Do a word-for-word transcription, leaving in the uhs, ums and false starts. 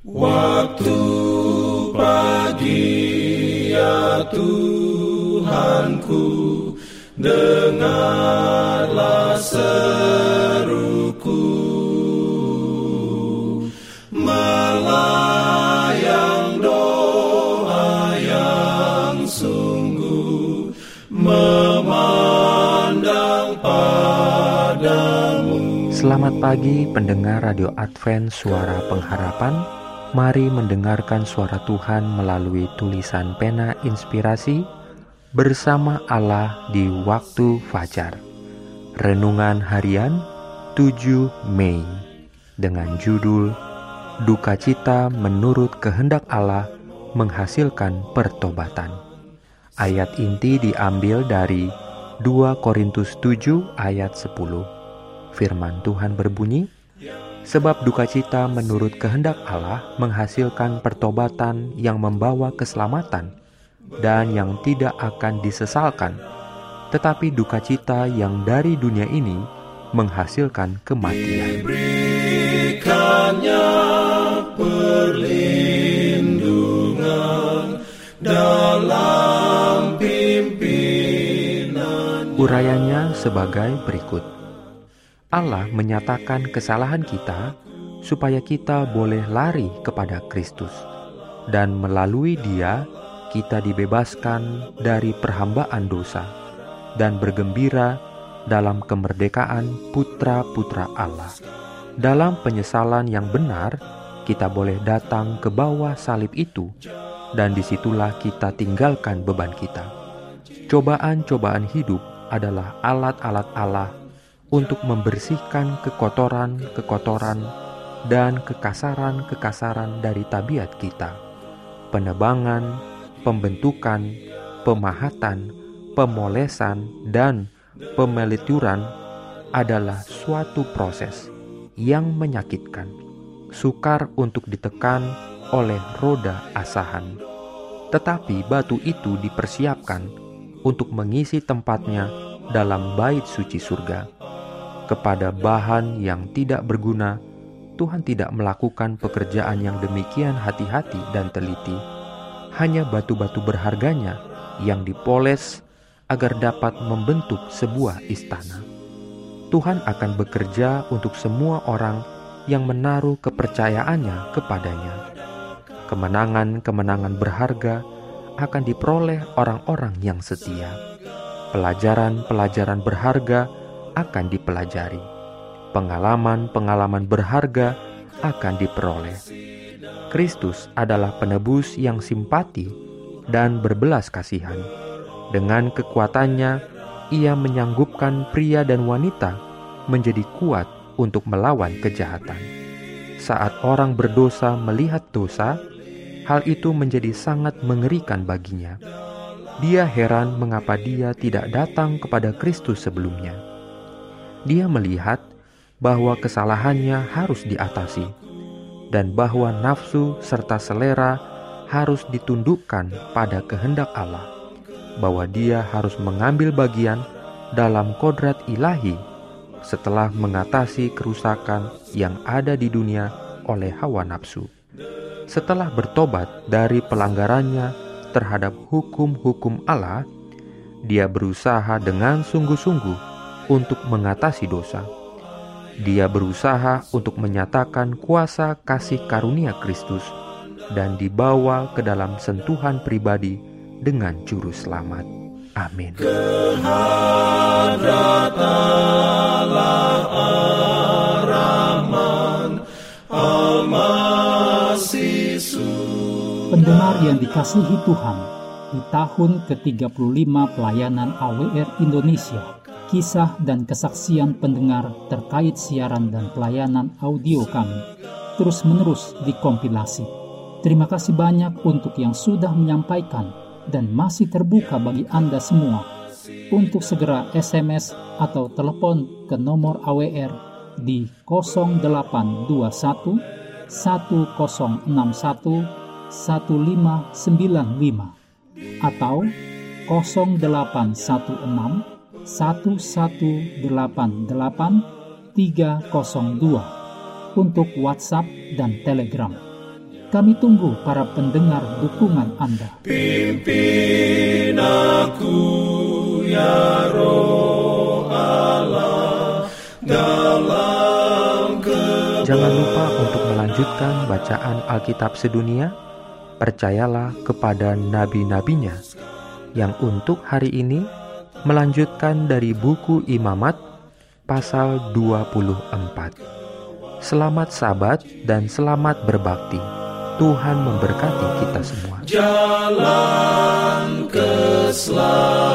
Waktu pagi ya Tuhanku, dengarlah seruku, melayang doa yang sungguh, memandang padamu. Selamat pagi pendengar Radio Advent Suara Pengharapan. Mari mendengarkan suara Tuhan melalui tulisan pena inspirasi bersama Allah di waktu fajar. Renungan harian tujuh Mei dengan judul Duka Cita Menurut Kehendak Allah Menghasilkan Pertobatan. Ayat inti diambil dari dua Korintus tujuh ayat sepuluh. Firman Tuhan berbunyi, sebab duka cita menurut kehendak Allah menghasilkan pertobatan yang membawa keselamatan dan yang tidak akan disesalkan, tetapi duka cita yang dari dunia ini menghasilkan kematian. Diberikannya perlindungan dalam pimpinan. Urayanya sebagai berikut. Allah menyatakan kesalahan kita supaya kita boleh lari kepada Kristus, dan melalui Dia kita dibebaskan dari perhambaan dosa dan bergembira dalam kemerdekaan putra-putra Allah. Dalam penyesalan yang benar, kita boleh datang ke bawah salib itu, dan disitulah kita tinggalkan beban kita. Cobaan-cobaan hidup adalah alat-alat Allah untuk membersihkan kekotoran-kekotoran dan kekasaran-kekasaran dari tabiat kita. Penebangan, pembentukan, pemahatan, pemolesan, dan pemelituran adalah suatu proses yang menyakitkan, sukar untuk ditekan oleh roda asahan. Tetapi batu itu dipersiapkan untuk mengisi tempatnya dalam bait suci surga. Kepada bahan yang tidak berguna, Tuhan tidak melakukan pekerjaan yang demikian hati-hati dan teliti. Hanya batu-batu berharganya yang dipoles agar dapat membentuk sebuah istana. Tuhan akan bekerja untuk semua orang yang menaruh kepercayaannya kepadanya. Kemenangan-kemenangan berharga akan diperoleh orang-orang yang setia. Pelajaran-pelajaran berharga akan dipelajari. Pengalaman-pengalaman berharga akan diperoleh. Kristus adalah penebus yang simpati dan berbelas kasihan. Dengan kekuatannya, Ia menyanggupkan pria dan wanita menjadi kuat untuk melawan kejahatan. Saat orang berdosa melihat dosa, hal itu menjadi sangat mengerikan baginya. Dia heran mengapa dia tidak datang kepada Kristus sebelumnya. Dia melihat bahwa kesalahannya harus diatasi, dan bahwa nafsu serta selera harus ditundukkan pada kehendak Allah, bahwa dia harus mengambil bagian dalam kodrat ilahi setelah mengatasi kerusakan yang ada di dunia oleh hawa nafsu. Setelah bertobat dari pelanggarannya terhadap hukum-hukum Allah, dia berusaha dengan sungguh-sungguh untuk mengatasi dosa. Dia berusaha untuk menyatakan kuasa kasih karunia Kristus dan dibawa ke dalam sentuhan pribadi dengan juru selamat. Amin. Pendengar yang dikasihi Tuhan, di tahun ke tiga puluh lima pelayanan A W R Indonesia, kisah dan kesaksian pendengar terkait siaran dan pelayanan audio kami terus-menerus dikompilasi. Terima kasih banyak untuk yang sudah menyampaikan dan masih terbuka bagi Anda semua untuk segera S M S atau telepon ke nomor A W R di nol delapan dua satu satu nol enam satu satu lima sembilan lima atau nol delapan satu enam satu satu delapan delapan tiga nol dua untuk WhatsApp dan Telegram. Kami tunggu para pendengar dukungan Anda. Pimpin aku ya Roh Allah dalam ke... Jangan lupa untuk melanjutkan bacaan Alkitab sedunia. Percayalah kepada nabi-nabinya yang untuk hari ini melanjutkan dari buku Imamat pasal dua puluh empat. Selamat Sabat dan selamat berbakti. Tuhan memberkati kita semua. Jalan keselamatan.